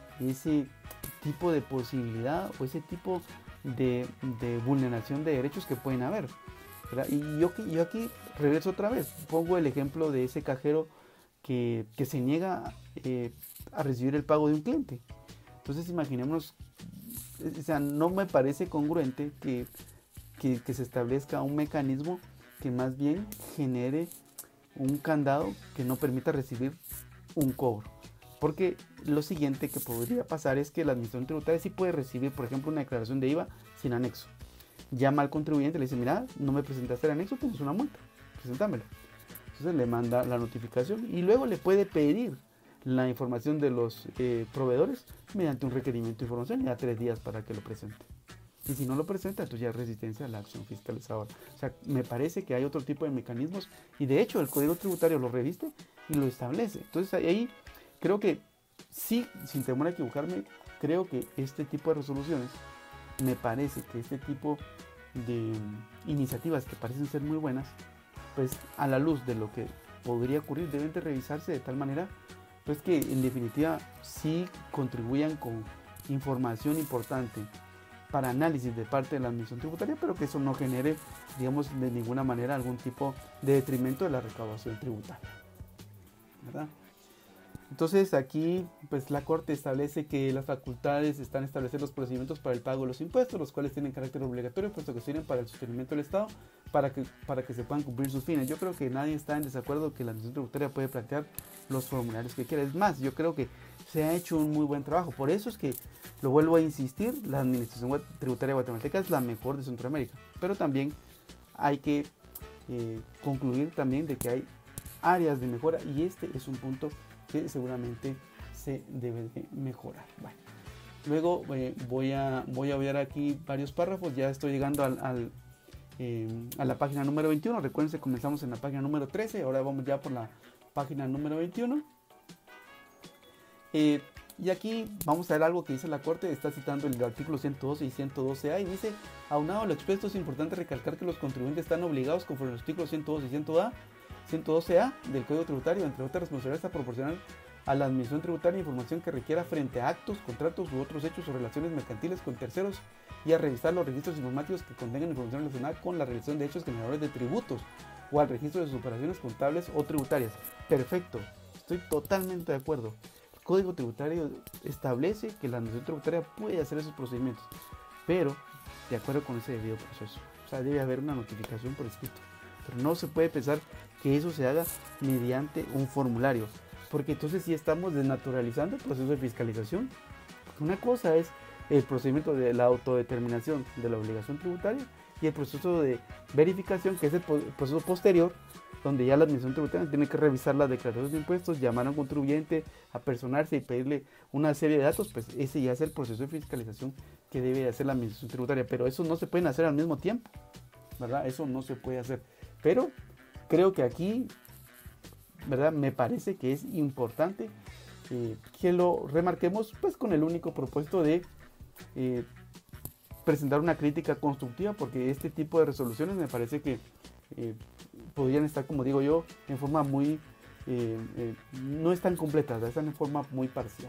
ese tipo de posibilidad o ese tipo de, de vulneración de derechos que pueden haber, ¿verdad? Y yo, yo aquí regreso otra vez, pongo el ejemplo de ese cajero que, que se niega eh, a recibir el pago de un cliente. Entonces imaginémonos, o sea, no me parece congruente que, que, que se establezca un mecanismo que más bien genere un candado que no permita recibir un cobro. Porque lo siguiente que podría pasar es que la administración tributaria sí puede recibir, por ejemplo, una declaración de I V A sin anexo. Llama al contribuyente y le dice, mira, no me presentaste el anexo, tienes una multa, preséntamelo. Entonces le manda la notificación y luego le puede pedir la información de los eh, proveedores mediante un requerimiento de información y da tres días para que lo presente. Y si no lo presenta, entonces ya es resistencia a la acción fiscalizadora. O sea, me parece que hay otro tipo de mecanismos y de hecho el Código Tributario lo reviste y lo establece. Entonces ahí creo que sí, sin temor a equivocarme, creo que este tipo de resoluciones, me parece que este tipo de iniciativas que parecen ser muy buenas, pues a la luz de lo que podría ocurrir deben de revisarse de tal manera pues que en definitiva sí contribuyan con información importante para análisis de parte de la administración tributaria, pero que eso no genere, digamos, de ninguna manera algún tipo de detrimento de la recaudación tributaria, ¿verdad? Entonces aquí pues la Corte establece que las facultades están a establecer los procedimientos para el pago de los impuestos, los cuales tienen carácter obligatorio, puesto que sirven para el sostenimiento del Estado, para que, para que se puedan cumplir sus fines. Yo creo que nadie está en desacuerdo que la administración tributaria puede plantear los formularios que quiera. Es más, yo creo que se ha hecho un muy buen trabajo. Por eso es que, lo vuelvo a insistir, la administración tributaria guatemalteca es la mejor de Centroamérica. Pero también hay que eh, concluir también de que hay áreas de mejora y este es un punto que seguramente se debe de mejorar. Bueno, luego eh, voy, a, voy a ver aquí varios párrafos. Ya estoy llegando al, al, eh, a la página número veintiuno. Recuerden que comenzamos en la página número trece. Ahora vamos ya por la página número veintiuno. Eh, y aquí vamos a ver algo que dice la Corte. Está citando el artículo ciento doce y ciento doce A y dice: aunado a lo expuesto, es importante recalcar que los contribuyentes están obligados, conforme a los artículos ciento doce y ciento doce A del Código Tributario, entre otras responsabilidades, a proporcionar a la administración tributaria información que requiera frente a actos, contratos u otros hechos o relaciones mercantiles con terceros y a revisar los registros informáticos que contengan información relacionada con la realización de hechos generadores de tributos o al registro de sus operaciones contables o tributarias. Perfecto, estoy totalmente de acuerdo. El Código Tributario establece que la administración tributaria puede hacer esos procedimientos, pero de acuerdo con ese debido proceso. O sea, debe haber una notificación por escrito. Pero no se puede pensar que eso se haga mediante un formulario, porque entonces sí estamos desnaturalizando el proceso de fiscalización. Porque una cosa es el procedimiento de la autodeterminación de la obligación tributaria y el proceso de verificación, que es el proceso posterior, donde ya la administración tributaria tiene que revisar las declaraciones de impuestos, llamar a un contribuyente, apersonarse y pedirle una serie de datos. Pues ese ya es el proceso de fiscalización que debe hacer la administración tributaria, pero eso no se puede hacer al mismo tiempo, ¿verdad? Eso no se puede hacer. Pero creo que aquí, ¿verdad?, me parece que es importante eh, que lo remarquemos, pues con el único propósito de eh, presentar una crítica constructiva, porque este tipo de resoluciones me parece que eh, podrían estar, como digo yo, en forma muy, eh, eh, no están completas, están en forma muy parcial.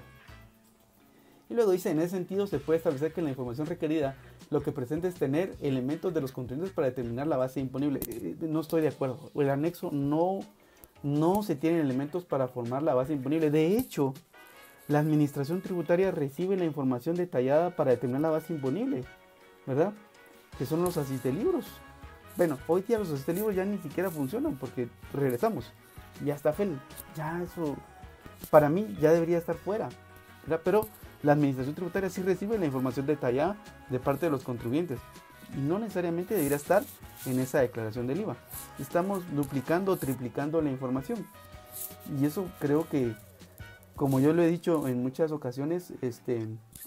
Y luego dice: en ese sentido se puede establecer que en la información requerida lo que presenta es tener elementos de los contribuyentes para determinar la base imponible. Eh, no estoy de acuerdo. El anexo no, no se tienen elementos para formar la base imponible. De hecho, la administración tributaria recibe la información detallada para determinar la base imponible, ¿verdad? Que son los asistelibros. Bueno, hoy día los asistelibros ya ni siquiera funcionan porque regresamos. Ya está F E L. Ya eso, para mí, ya debería estar fuera, ¿verdad? Pero la administración tributaria sí recibe la información detallada de parte de los contribuyentes y no necesariamente debería estar en esa declaración del I V A. Estamos duplicando o triplicando la información y eso creo que, como yo lo he dicho en muchas ocasiones, este,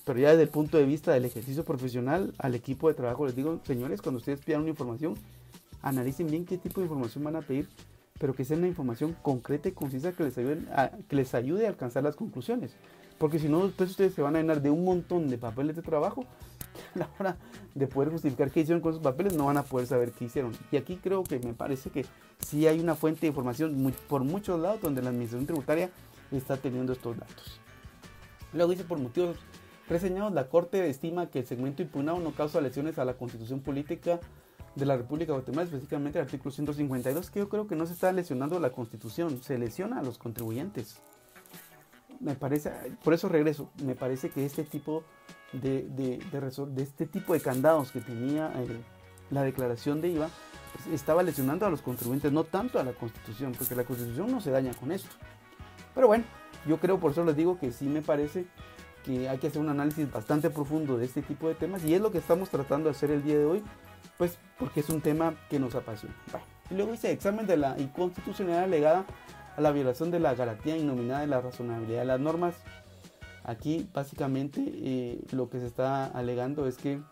Pero ya desde el punto de vista del ejercicio profesional, al equipo de trabajo les digo, señores, cuando ustedes pidan una información, analicen bien qué tipo de información van a pedir, pero que sea una información concreta y concisa que les ayude a, que les ayude a alcanzar las conclusiones. Porque si no, después ustedes se van a llenar de un montón de papeles de trabajo, que a la hora de poder justificar qué hicieron con esos papeles no van a poder saber qué hicieron. Y aquí creo que me parece que sí hay una fuente de información muy, por muchos lados donde la administración tributaria está teniendo estos datos. Luego dice, por motivos reseñados, la Corte estima que el segmento impugnado no causa lesiones a la Constitución Política de la República de Guatemala, específicamente el artículo ciento cincuenta y dos, que yo creo que no se está lesionando la Constitución, se lesiona a los contribuyentes. Me parece, por eso regreso, me parece que este tipo de, de, de, de este tipo de candados que tenía eh, la declaración de I V A, pues, estaba lesionando a los contribuyentes, no tanto a la Constitución, porque la Constitución no se daña con esto. Pero bueno, yo creo, por eso les digo que sí me parece que hay que hacer un análisis bastante profundo de este tipo de temas, y es lo que estamos tratando de hacer el día de hoy, pues porque es un tema que nos apasiona. Bueno, y luego dice, examen de la inconstitucionalidad alegada a la violación de la garantía innominada de la razonabilidad de las normas. Aquí básicamente eh, lo que se está alegando es que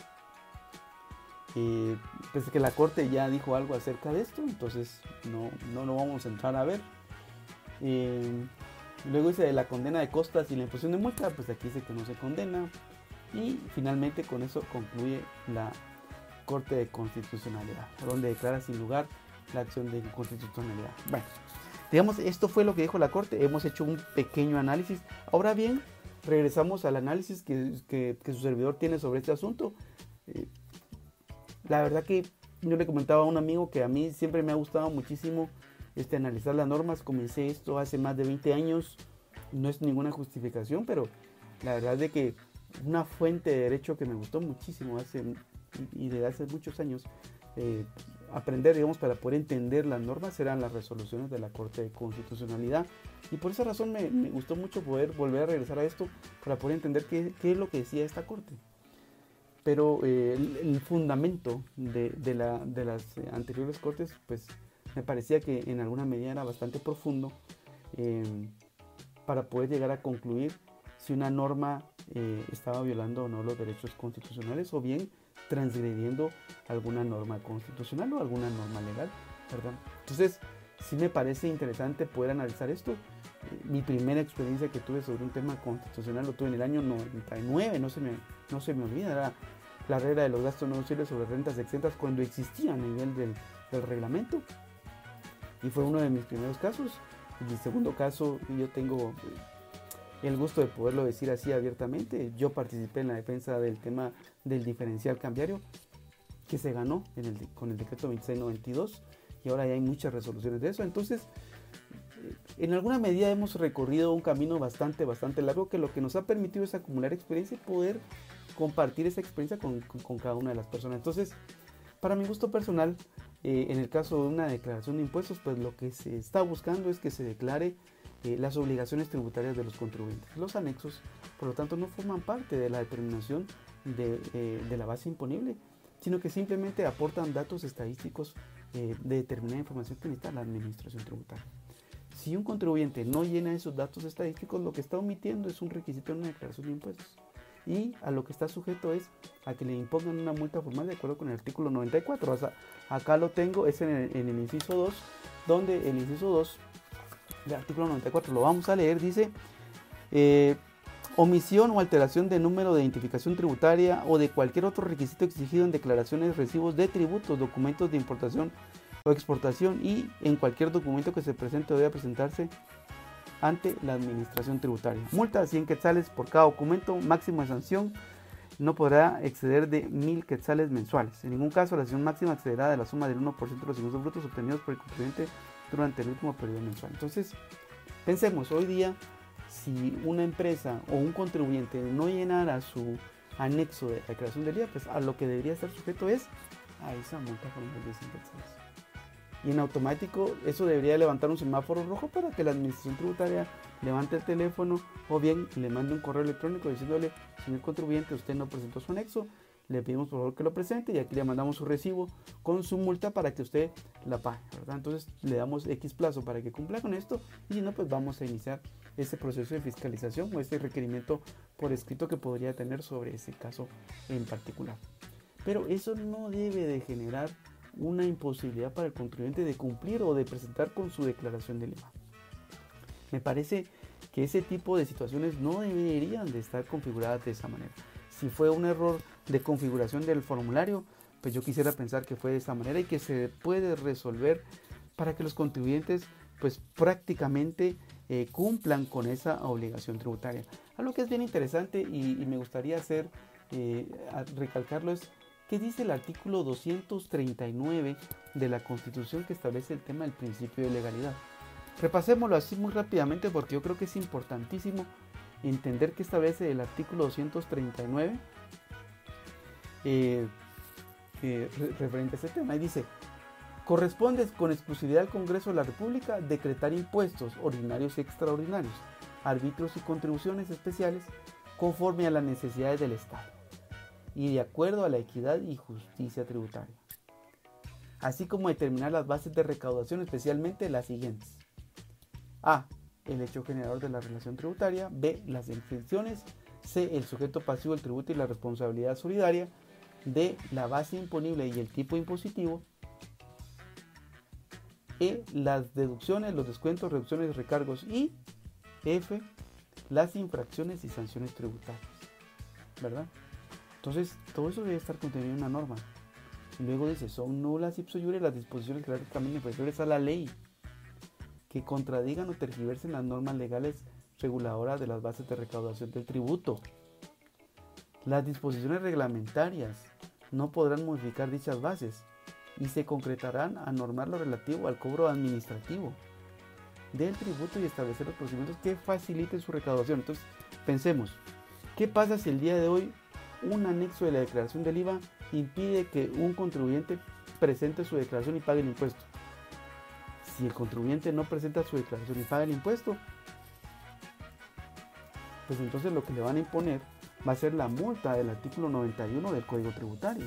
eh, pues que la Corte ya dijo algo acerca de esto, entonces no, no lo vamos a entrar a ver. Eh, luego dice de la condena de costas y la imposición de multa, pues aquí dice que no se condena, y finalmente con eso concluye la Corte de Constitucionalidad, donde declara sin lugar la acción de inconstitucionalidad. Bueno, digamos, esto fue lo que dijo la Corte. Hemos hecho un pequeño análisis. Ahora bien, regresamos al análisis que, que, que su servidor tiene sobre este asunto. Eh, la verdad que yo le comentaba a un amigo que a mí siempre me ha gustado muchísimo este, analizar las normas. Comencé esto hace más de veinte años. No es ninguna justificación, pero la verdad es de que una fuente de derecho que me gustó muchísimo hace, y desde hace muchos años, eh, aprender, digamos, para poder entender las normas, eran las resoluciones de la Corte de Constitucionalidad, y por esa razón me, me gustó mucho poder volver a regresar a esto para poder entender qué, qué es lo que decía esta Corte. Pero eh, el, el fundamento de, de, la, de las anteriores Cortes, pues me parecía que en alguna medida era bastante profundo eh, para poder llegar a concluir si una norma eh, estaba violando o no los derechos constitucionales, o bien transgrediendo alguna norma constitucional o alguna norma legal, ¿verdad? Entonces, sí me parece interesante poder analizar esto. Eh, mi primera experiencia que tuve sobre un tema constitucional lo tuve en el año noventa y nueve, no se me, no se me olvida, era la regla de los gastos no deducibles sobre rentas exentas cuando existía a nivel del, del reglamento, y fue uno de mis primeros casos. En mi segundo caso, yo tengo eh, el gusto de poderlo decir así abiertamente. Yo participé en la defensa del tema del diferencial cambiario, que se ganó en el, con el decreto veintiséis noventa y dos, y ahora ya hay muchas resoluciones de eso. Entonces, en alguna medida hemos recorrido un camino bastante, bastante largo, que lo que nos ha permitido es acumular experiencia y poder compartir esa experiencia con, con, con cada una de las personas. Entonces, para mi gusto personal, eh, en el caso de una declaración de impuestos, pues lo que se está buscando es que se declare eh, las obligaciones tributarias de los contribuyentes. Los anexos, por lo tanto, no forman parte de la determinación de, eh, de la base imponible, sino que simplemente aportan datos estadísticos eh, de determinada información que necesita la administración tributaria. Si un contribuyente no llena esos datos estadísticos, lo que está omitiendo es un requisito en una declaración de impuestos, y a lo que está sujeto es a que le impongan una multa formal de acuerdo con el artículo noventa y cuatro. O sea, acá lo tengo, es en el, en el inciso dos, donde el inciso dos del artículo noventa y cuatro, lo vamos a leer, dice eh, omisión o alteración de número de identificación tributaria o de cualquier otro requisito exigido en declaraciones, recibos de tributos, documentos de importación o exportación, y en cualquier documento que se presente o deba presentarse ante la administración tributaria. Multa cien quetzales por cada documento, máximo de sanción no podrá exceder de mil quetzales mensuales. En ningún caso la sanción máxima excederá de la suma del uno por ciento de los ingresos brutos obtenidos por el contribuyente durante el último periodo mensual. Entonces, pensemos, hoy día, si una empresa o un contribuyente no llenara su anexo de declaración del I V A, pues a lo que debería estar sujeto es a esa multa formal de cien quetzales. Y en automático eso debería levantar un semáforo rojo para que la administración tributaria levante el teléfono o bien le mande un correo electrónico diciéndole: señor contribuyente, usted no presentó su anexo, le pedimos por favor que lo presente y aquí le mandamos su recibo con su multa para que usted la pague, ¿verdad? Entonces le damos X plazo para que cumpla con esto y si no, pues vamos a iniciar ese proceso de fiscalización o este requerimiento por escrito que podría tener sobre ese caso en particular. Pero eso no debe de generar una imposibilidad para el contribuyente de cumplir o de presentar con su declaración del I V A. Me parece que ese tipo de situaciones no deberían de estar configuradas de esa manera. Si fue un error de configuración del formulario, pues yo quisiera pensar que fue de esta manera y que se puede resolver para que los contribuyentes pues prácticamente eh, cumplan con esa obligación tributaria. Algo que es bien interesante y, y me gustaría hacer, eh, recalcarlo es ¿qué dice el artículo doscientos treinta y nueve de la Constitución que establece el tema del principio de legalidad? Repasémoslo así muy rápidamente porque yo creo que es importantísimo entender qué establece el artículo doscientos treinta y nueve eh, eh, referente a este tema. Y dice, corresponde con exclusividad al Congreso de la República decretar impuestos ordinarios y extraordinarios, arbitrios y contribuciones especiales conforme a las necesidades del Estado y de acuerdo a la equidad y justicia tributaria, así como determinar las bases de recaudación, especialmente las siguientes: A. El hecho generador de la relación tributaria. B. Las exenciones. C. El sujeto pasivo del tributo y la responsabilidad solidaria. D. La base imponible y el tipo impositivo. E. Las deducciones, los descuentos, reducciones, recargos. Y F. Las infracciones y sanciones tributarias, ¿verdad? Entonces, todo eso debe estar contenido en una norma. Y luego dice, son nulas ipso iure las disposiciones jerárquicamente inferiores a la ley que contradigan o tergiversen las normas legales reguladoras de las bases de recaudación del tributo. Las disposiciones reglamentarias no podrán modificar dichas bases y se concretarán a normar lo relativo al cobro administrativo del tributo y establecer los procedimientos que faciliten su recaudación. Entonces, pensemos, ¿qué pasa si el día de hoy un anexo de la declaración del I V A impide que un contribuyente presente su declaración y pague el impuesto? Si el contribuyente no presenta su declaración y paga el impuesto, pues entonces lo que le van a imponer va a ser la multa del artículo noventa y uno del Código Tributario.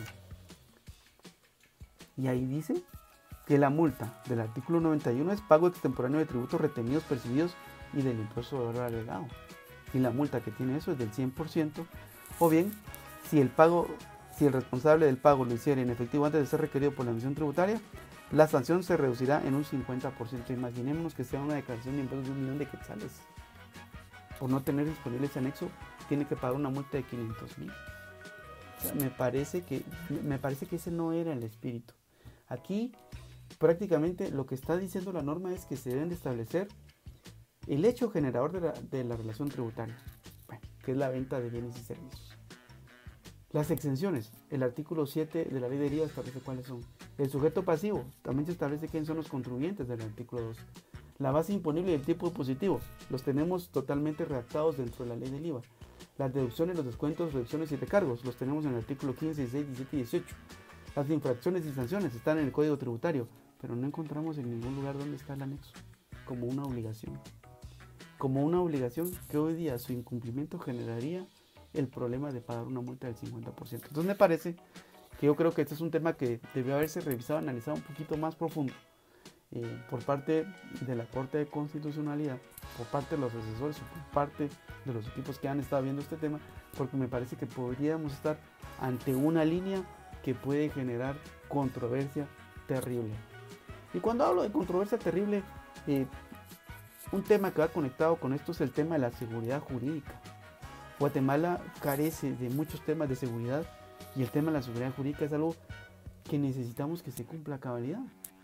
Y ahí dice que la multa del artículo noventa y uno es pago extemporáneo de tributos retenidos, percibidos y del impuesto de valor agregado. Y la multa que tiene eso es del cien por ciento. O bien, si el pago, si el responsable del pago lo hiciera en efectivo antes de ser requerido por la emisión tributaria, la sanción se reducirá en un cincuenta por ciento. Imaginémonos que sea una declaración de impuestos de un millón de quetzales. Por no tener disponible ese anexo, tiene que pagar una multa de quinientos mil. O sea, me parece que, me parece que ese no era el espíritu. Aquí, prácticamente, lo que está diciendo la norma es que se deben de establecer el hecho generador de la, de la relación tributaria, bueno, que es la venta de bienes y servicios. Las exenciones, el artículo siete de la ley de I V A establece cuáles son. El sujeto pasivo, también se establece quiénes son los contribuyentes del artículo dos. La base imponible y el tipo impositivo, los tenemos totalmente redactados dentro de la ley del I V A. Las deducciones, los descuentos, reducciones y recargos, los tenemos en el artículo quince, dieciséis, diecisiete y dieciocho. Las infracciones y sanciones están en el Código Tributario, pero no encontramos en ningún lugar donde está el anexo, como una obligación. Como una obligación que hoy día su incumplimiento generaría el problema de pagar una multa del cincuenta por ciento. Entonces me parece que yo creo que este es un tema que debió haberse revisado, analizado un poquito más profundo eh, por parte de la Corte de Constitucionalidad, por parte de los asesores, por parte de los equipos que han estado viendo este tema, porque me parece que podríamos estar ante una línea que puede generar controversia terrible. Y cuando hablo de controversia terrible, eh, un tema que va conectado con esto es el tema de la seguridad jurídica. Guatemala carece de muchos temas de seguridad y el tema de la seguridad jurídica es algo que necesitamos que se cumpla a cabalidad.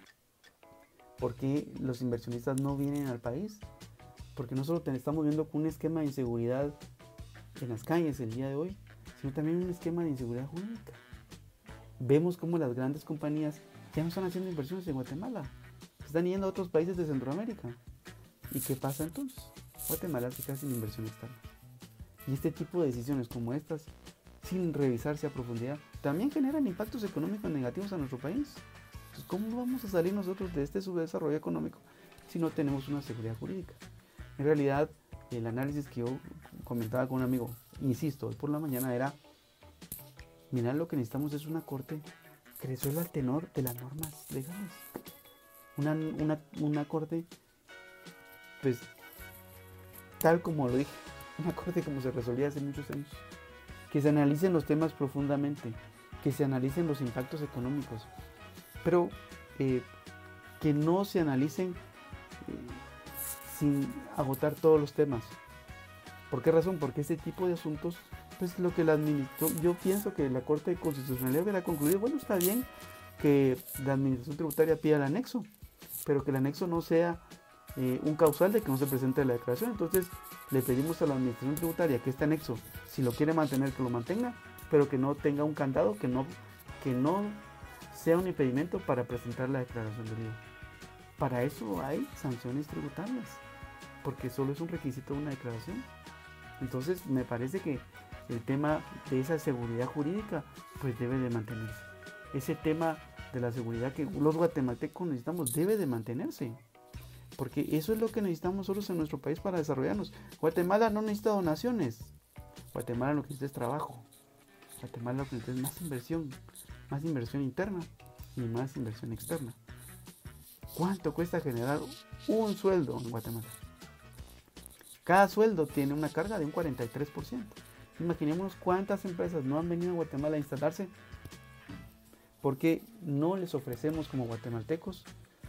¿Por qué los inversionistas no vienen al país? Porque no solo estamos viendo un esquema de inseguridad en las calles el día de hoy, sino también un esquema de inseguridad jurídica. Vemos cómo las grandes compañías ya no están haciendo inversiones en Guatemala, se están yendo a otros países de Centroamérica. ¿Y qué pasa entonces? Guatemala se queda sin inversión externa. Y este tipo de decisiones como estas, sin revisarse a profundidad, también generan impactos económicos negativos a nuestro país. Entonces, ¿cómo vamos a salir nosotros de este subdesarrollo económico si no tenemos una seguridad jurídica? En realidad, el análisis que yo comentaba con un amigo, insisto, hoy por la mañana era mira, lo que necesitamos es una corte que resuelva el tenor de las normas legales. Una, una, una corte, pues, tal como lo dije, una corte como se resolvía hace muchos años. Que se analicen los temas profundamente, que se analicen los impactos económicos, pero eh, que no se analicen eh, sin agotar todos los temas. ¿Por qué razón? Porque este tipo de asuntos, pues lo que la administración, yo pienso que la Corte de Constitucionalidad hubiera concluido, bueno, está bien que la administración tributaria pida el anexo, pero que el anexo no sea eh, un causal de que no se presente la declaración. Entonces le pedimos a la administración tributaria que este anexo, si lo quiere mantener, que lo mantenga, pero que no tenga un candado, que no, que no sea un impedimento para presentar la declaración del I V A. Para eso hay sanciones tributarias, porque solo es un requisito de una declaración. Entonces me parece que el tema de esa seguridad jurídica pues debe de mantenerse. Ese tema de la seguridad que los guatemaltecos necesitamos debe de mantenerse, porque eso es lo que necesitamos nosotros en nuestro país para desarrollarnos. Guatemala no necesita donaciones, Guatemala lo que necesita es trabajo. Guatemala lo que necesita es más inversión, más inversión interna y más inversión externa. ¿Cuánto cuesta generar un sueldo en Guatemala? Cada sueldo tiene una carga de un cuarenta y tres por ciento. Imaginémonos cuántas empresas no han venido a Guatemala a instalarse porque no les ofrecemos como guatemaltecos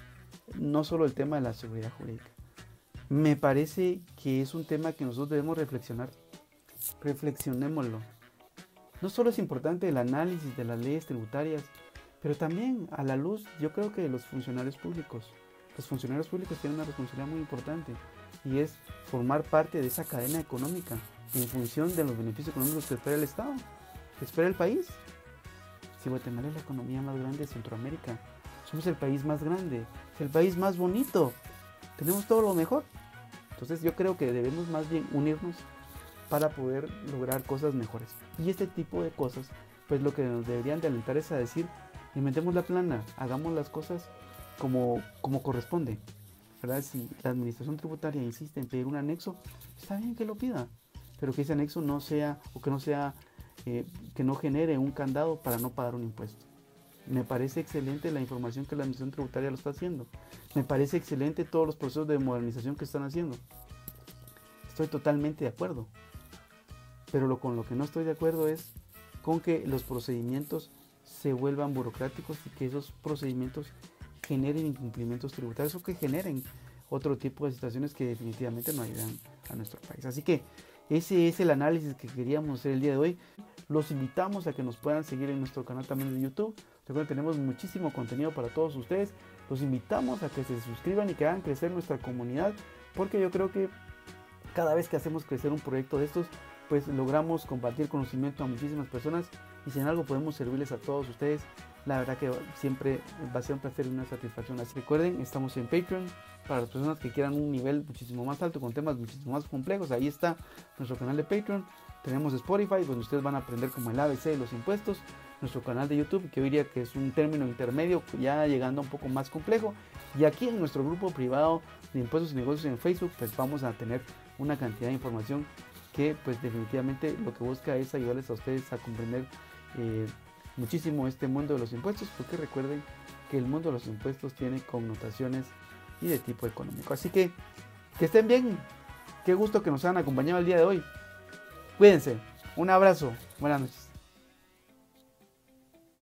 no solo el tema de la seguridad jurídica. Me parece que es un tema que nosotros debemos reflexionar. Reflexionémoslo. No solo es importante el análisis de las leyes tributarias, pero también a la luz, yo creo que de los funcionarios públicos. Los funcionarios públicos tienen una responsabilidad muy importante y es formar parte de esa cadena económica en función de los beneficios económicos que espera el Estado, que espera el país. Si Guatemala es la economía más grande de Centroamérica, somos el país más grande, es el país más bonito, tenemos todo lo mejor. Entonces yo creo que debemos más bien unirnos para poder lograr cosas mejores. Y este tipo de cosas, pues lo que nos deberían de alentar es a decir, inventemos la plana, hagamos las cosas como, como corresponde, ¿verdad? Si la administración tributaria insiste en pedir un anexo, está bien que lo pida, pero que ese anexo no sea, o que no sea, eh, que no genere un candado para no pagar un impuesto. Me parece excelente la información que la administración tributaria lo está haciendo. Me parece excelente todos los procesos de modernización que están haciendo. Estoy totalmente de acuerdo. Pero lo, con lo que no estoy de acuerdo es con que los procedimientos se vuelvan burocráticos y que esos procedimientos generen incumplimientos tributarios o que generen otro tipo de situaciones que definitivamente no ayudan a nuestro país. Así que ese es el análisis que queríamos hacer el día de hoy. Los invitamos a que nos puedan seguir en nuestro canal también de YouTube. Recuerden, tenemos muchísimo contenido para todos ustedes. Los invitamos a que se suscriban y que hagan crecer nuestra comunidad, porque yo creo que cada vez que hacemos crecer un proyecto de estos, pues logramos compartir conocimiento a muchísimas personas y si en algo podemos servirles a todos ustedes, la verdad que siempre va a ser un placer y una satisfacción. Así que recuerden, estamos en Patreon para las personas que quieran un nivel muchísimo más alto con temas muchísimo más complejos. Ahí está nuestro canal de Patreon. Tenemos Spotify, donde ustedes van a aprender como el A B C de los impuestos. Nuestro canal de YouTube, que hoy diría que es un término intermedio, ya llegando a un poco más complejo. Y aquí en nuestro grupo privado de impuestos y negocios en Facebook, pues vamos a tener una cantidad de información que pues definitivamente lo que busca es ayudarles a ustedes a comprender eh, muchísimo este mundo de los impuestos, porque recuerden que el mundo de los impuestos tiene connotaciones y de tipo económico. Así que que estén bien, qué gusto que nos hayan acompañado el día de hoy. Cuídense, un abrazo, buenas noches.